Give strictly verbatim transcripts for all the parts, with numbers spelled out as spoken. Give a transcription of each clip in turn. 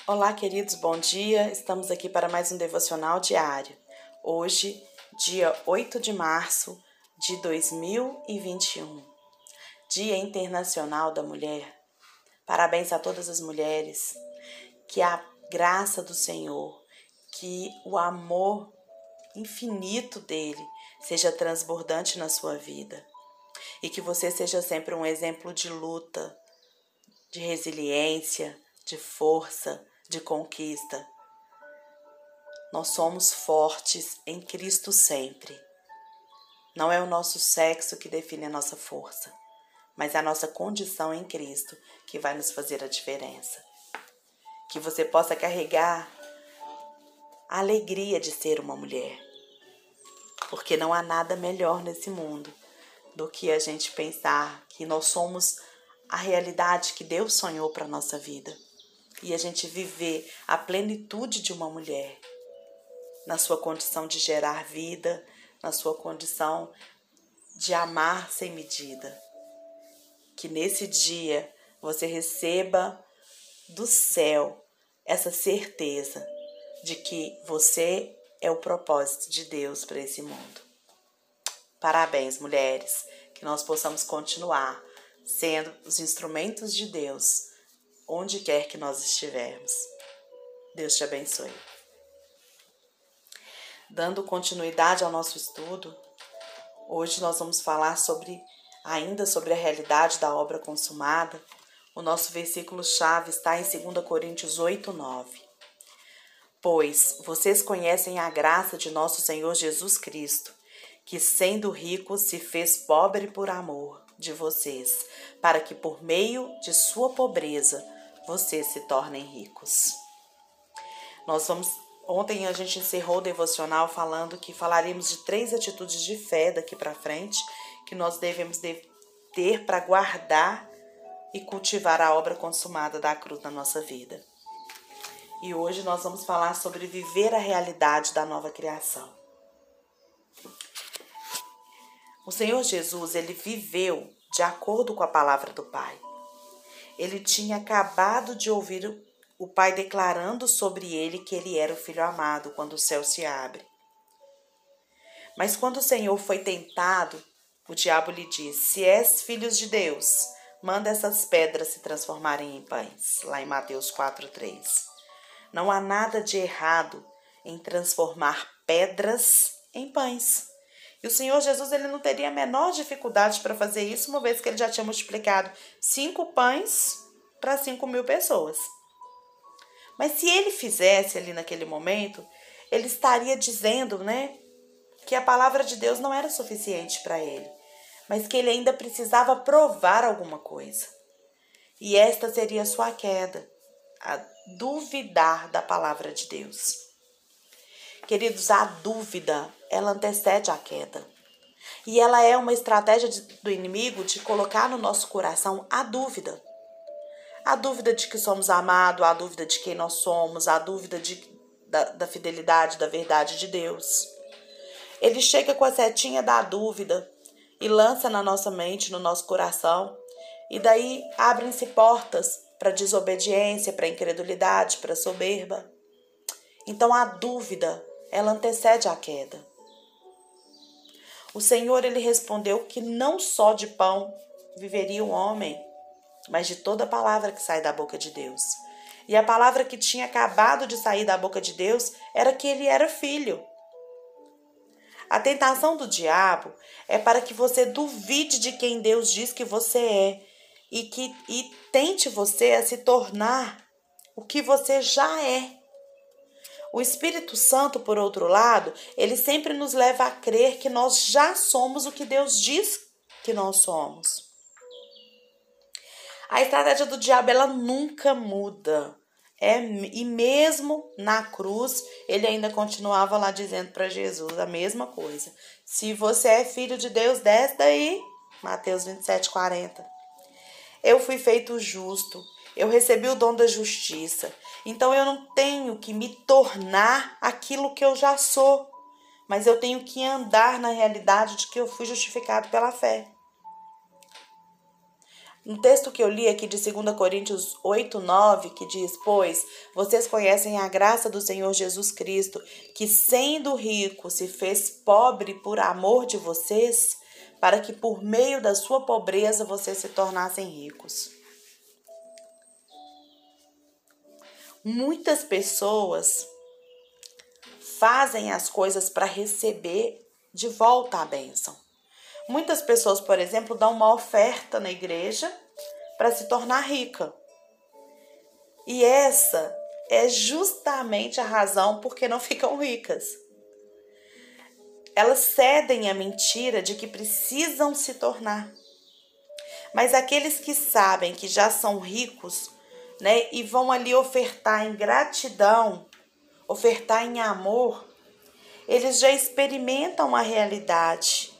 Olá, queridos, bom dia. Estamos aqui para mais um devocional diário. Hoje, dia oito de março de dois mil e vinte e um, Dia Internacional da Mulher. Parabéns a todas as mulheres. Que a graça do Senhor, que o amor infinito dele seja transbordante na sua vida e que você seja sempre um exemplo de luta, de resiliência, de força, de conquista. Nós somos fortes em Cristo sempre. Não é o nosso sexo que define a nossa força, mas a nossa condição em Cristo que vai nos fazer a diferença. Que você possa carregar a alegria de ser uma mulher, porque não há nada melhor nesse mundo do que a gente pensar que nós somos a realidade que Deus sonhou para a nossa vida. E a gente viver a plenitude de uma mulher, na sua condição de gerar vida, na sua condição de amar sem medida. Que nesse dia você receba do céu essa certeza de que você é o propósito de Deus para esse mundo. Parabéns, mulheres, que nós possamos continuar sendo os instrumentos de Deus onde quer que nós estivermos. Deus te abençoe. Dando continuidade ao nosso estudo, hoje nós vamos falar sobre, ainda sobre a realidade da obra consumada. O nosso versículo-chave está em dois Coríntios oito, nove. Pois vocês conhecem a graça de nosso Senhor Jesus Cristo, que sendo rico se fez pobre por amor de vocês, para que por meio de sua pobreza vocês se tornem ricos. Nós vamos, ontem a gente encerrou o devocional falando que falaremos de três atitudes de fé daqui para frente que nós devemos de ter para guardar e cultivar a obra consumada da cruz na nossa vida. E hoje nós vamos falar sobre viver a realidade da nova criação. O Senhor Jesus, ele viveu de acordo com a palavra do Pai. Ele tinha acabado de ouvir o Pai declarando sobre ele que ele era o Filho amado quando o céu se abre. Mas quando o Senhor foi tentado, o diabo lhe disse: se és filhos de Deus, manda essas pedras se transformarem em pães. Lá em Mateus quatro, três. Não há nada de errado em transformar pedras em pães. E o Senhor Jesus, ele não teria a menor dificuldade para fazer isso, uma vez que ele já tinha multiplicado cinco pães para cinco mil pessoas. Mas se ele fizesse ali naquele momento, ele estaria dizendo, né, que a palavra de Deus não era suficiente para ele, mas que ele ainda precisava provar alguma coisa. E esta seria a sua queda, a duvidar da palavra de Deus. Queridos, a dúvida, ela antecede a queda. E ela é uma estratégia de, do inimigo de colocar no nosso coração a dúvida. A dúvida de que somos amados, a dúvida de quem nós somos, a dúvida de, da, da fidelidade, da verdade de Deus. Ele chega com a setinha da dúvida e lança na nossa mente, no nosso coração. E daí abrem-se portas para desobediência, para incredulidade, para soberba. Então a dúvida, ela antecede a queda. O Senhor, ele respondeu que não só de pão viveria o homem, mas de toda palavra que sai da boca de Deus. E a palavra que tinha acabado de sair da boca de Deus era que ele era filho. A tentação do diabo é para que você duvide de quem Deus diz que você é e que e tente você a se tornar o que você já é. O Espírito Santo, por outro lado, ele sempre nos leva a crer que nós já somos o que Deus diz que nós somos. A estratégia do diabo, ela nunca muda. É, e mesmo na cruz, ele ainda continuava lá dizendo para Jesus a mesma coisa. Se você é filho de Deus, desce daí. Mateus vinte e sete, quarenta. Eu fui feito justo. Eu recebi o dom da justiça. Então eu não tenho que me tornar aquilo que eu já sou. Mas eu tenho que andar na realidade de que eu fui justificado pela fé. No texto que eu li aqui de dois Coríntios oito, nove, que diz: pois vocês conhecem a graça do Senhor Jesus Cristo, que sendo rico se fez pobre por amor de vocês, para que por meio da sua pobreza vocês se tornassem ricos. Muitas pessoas fazem as coisas para receber de volta a bênção. Muitas pessoas, por exemplo, dão uma oferta na igreja para se tornar rica. E essa é justamente a razão por que não ficam ricas. Elas cedem à mentira de que precisam se tornar. Mas aqueles que sabem que já são ricos, né, e vão ali ofertar em gratidão, ofertar em amor, eles já experimentam a realidade.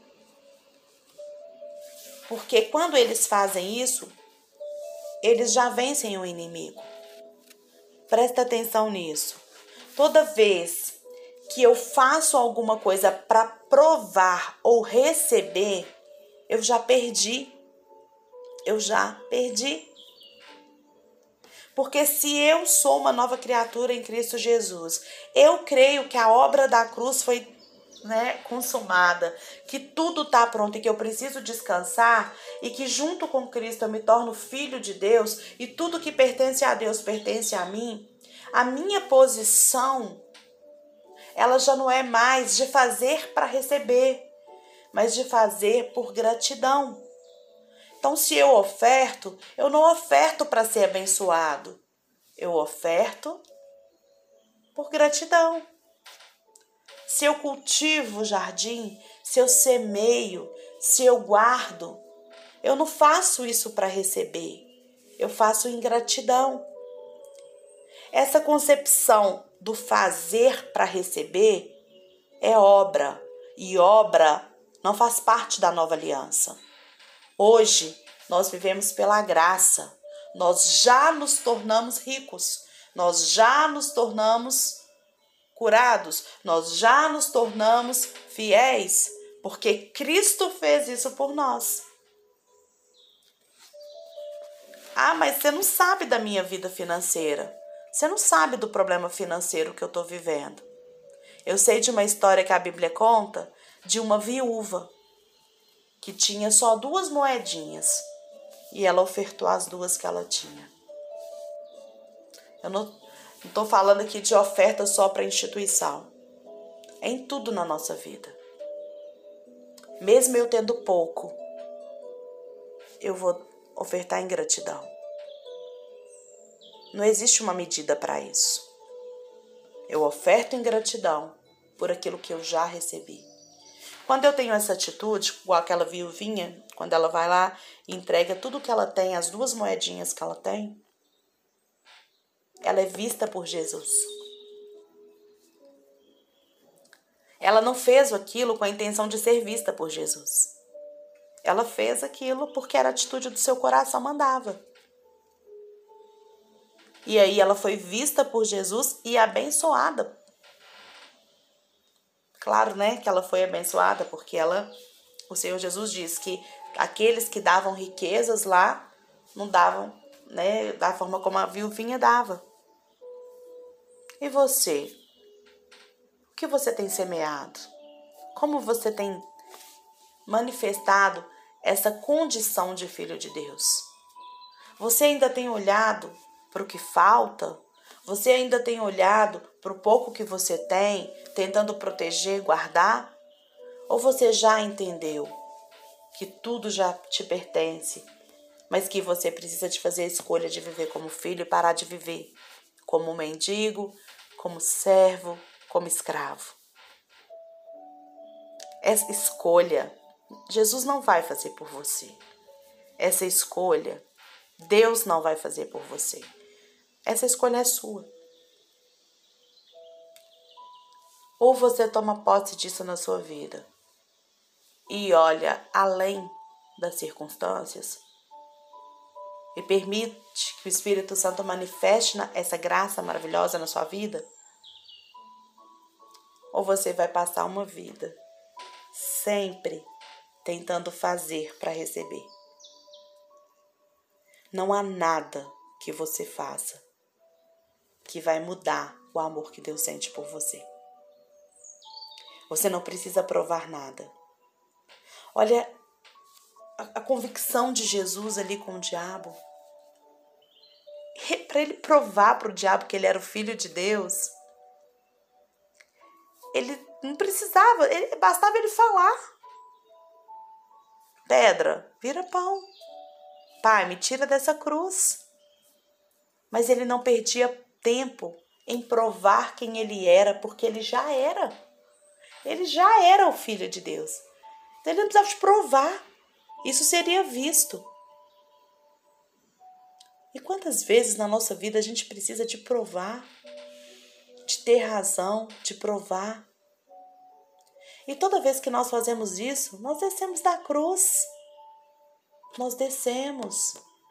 Porque quando eles fazem isso, eles já vencem o inimigo. Presta atenção nisso. Toda vez que eu faço alguma coisa para provar ou receber, eu já perdi. Eu já perdi. Porque se eu sou uma nova criatura em Cristo Jesus, eu creio que a obra da cruz foi, né, consumada, que tudo está pronto e que eu preciso descansar, e que junto com Cristo eu me torno filho de Deus, e tudo que pertence a Deus pertence a mim, a minha posição, ela já não é mais de fazer para receber, mas de fazer por gratidão. Então, se eu oferto, eu não oferto para ser abençoado, eu oferto por gratidão. Se eu cultivo o jardim, se eu semeio, se eu guardo, eu não faço isso para receber, eu faço em gratidão. Essa concepção do fazer para receber é obra, e obra não faz parte da nova aliança. Hoje, nós vivemos pela graça, nós já nos tornamos ricos, nós já nos tornamos curados, nós já nos tornamos fiéis, porque Cristo fez isso por nós. Ah, mas você não sabe da minha vida financeira, você não sabe do problema financeiro que eu estou vivendo. Eu sei de uma história que a Bíblia conta de uma viúva que tinha só duas moedinhas e ela ofertou as duas que ela tinha. Eu não estou falando aqui de oferta só para instituição. É em tudo na nossa vida. Mesmo eu tendo pouco, eu vou ofertar em gratidão. Não existe uma medida para isso. Eu oferto em gratidão por aquilo que eu já recebi. Quando eu tenho essa atitude, igual aquela viuvinha, quando ela vai lá e entrega tudo que ela tem, as duas moedinhas que ela tem, ela é vista por Jesus. Ela não fez aquilo com a intenção de ser vista por Jesus. Ela fez aquilo porque era a atitude do seu coração mandava. E aí ela foi vista por Jesus e abençoada. Claro, né, que ela foi abençoada porque ela, o Senhor Jesus diz que aqueles que davam riquezas lá não davam, né, da forma como a viuvinha dava. E você? O que você tem semeado? Como você tem manifestado essa condição de filho de Deus? Você ainda tem olhado para o que falta? Você ainda tem olhado para o pouco que você tem, tentando proteger, guardar? Ou você já entendeu que tudo já te pertence, mas que você precisa de fazer a escolha de viver como filho e parar de viver como mendigo, como servo, como escravo? Essa escolha, Jesus não vai fazer por você. Essa escolha, Deus não vai fazer por você. Essa escolha é sua. Ou você toma posse disso na sua vida e olha além das circunstâncias e permite que o Espírito Santo manifeste essa graça maravilhosa na sua vida, ou você vai passar uma vida sempre tentando fazer para receber. Não há nada que você faça que vai mudar o amor que Deus sente por você. Você não precisa provar nada. Olha a, a convicção de Jesus ali com o diabo. Para ele provar para o diabo que ele era o filho de Deus, ele não precisava, ele, bastava ele falar. Pedra, vira pão. Pai, me tira dessa cruz. Mas ele não perdia tempo em provar quem ele era, porque ele já era. Ele já era o filho de Deus. Então ele não precisava de provar. Isso seria visto. E quantas vezes na nossa vida a gente precisa de provar, de ter razão, de provar. E toda vez que nós fazemos isso, nós descemos da cruz. Nós descemos.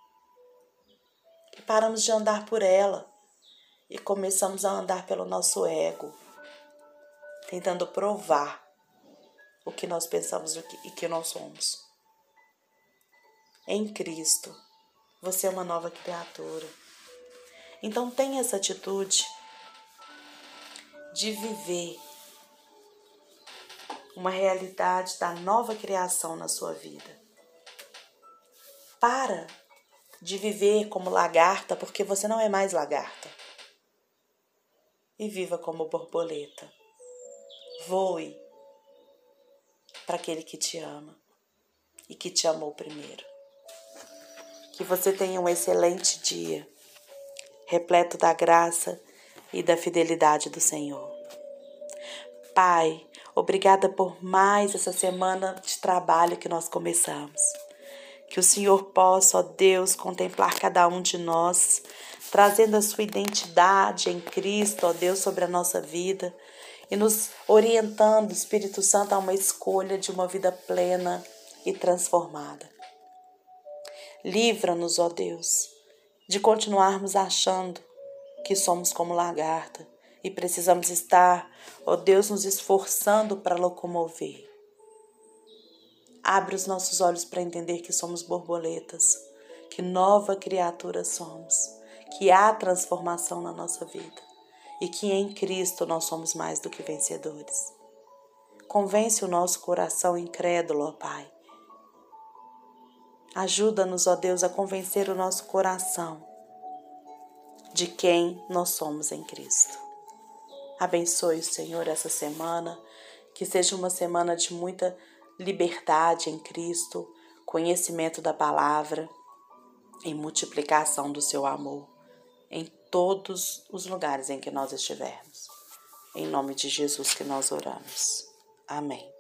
E paramos de andar por ela. E começamos a andar pelo nosso ego. Tentando provar o que nós pensamos e que nós somos. Em Cristo, você é uma nova criatura. Então tenha essa atitude de viver uma realidade da nova criação na sua vida. Para de viver como lagarta, porque você não é mais lagarta. E viva como borboleta. Voe para aquele que te ama e que te amou primeiro. Que você tenha um excelente dia, repleto da graça e da fidelidade do Senhor. Pai, obrigada por mais essa semana de trabalho que nós começamos. Que o Senhor possa, ó Deus, contemplar cada um de nós, trazendo a sua identidade em Cristo, ó Deus, sobre a nossa vida e nos orientando, Espírito Santo, a uma escolha de uma vida plena e transformada. Livra-nos, ó Deus, de continuarmos achando que somos como lagarta e precisamos estar, ó Deus, nos esforçando para locomover. Abre os nossos olhos para entender que somos borboletas, que nova criatura somos, que há transformação na nossa vida e que em Cristo nós somos mais do que vencedores. Convence o nosso coração incrédulo, ó Pai. Ajuda-nos, ó Deus, a convencer o nosso coração de quem nós somos em Cristo. Abençoe, Senhor, essa semana, que seja uma semana de muita liberdade em Cristo, conhecimento da palavra e multiplicação do seu amor em todos os lugares em que nós estivermos. Em nome de Jesus que nós oramos. Amém.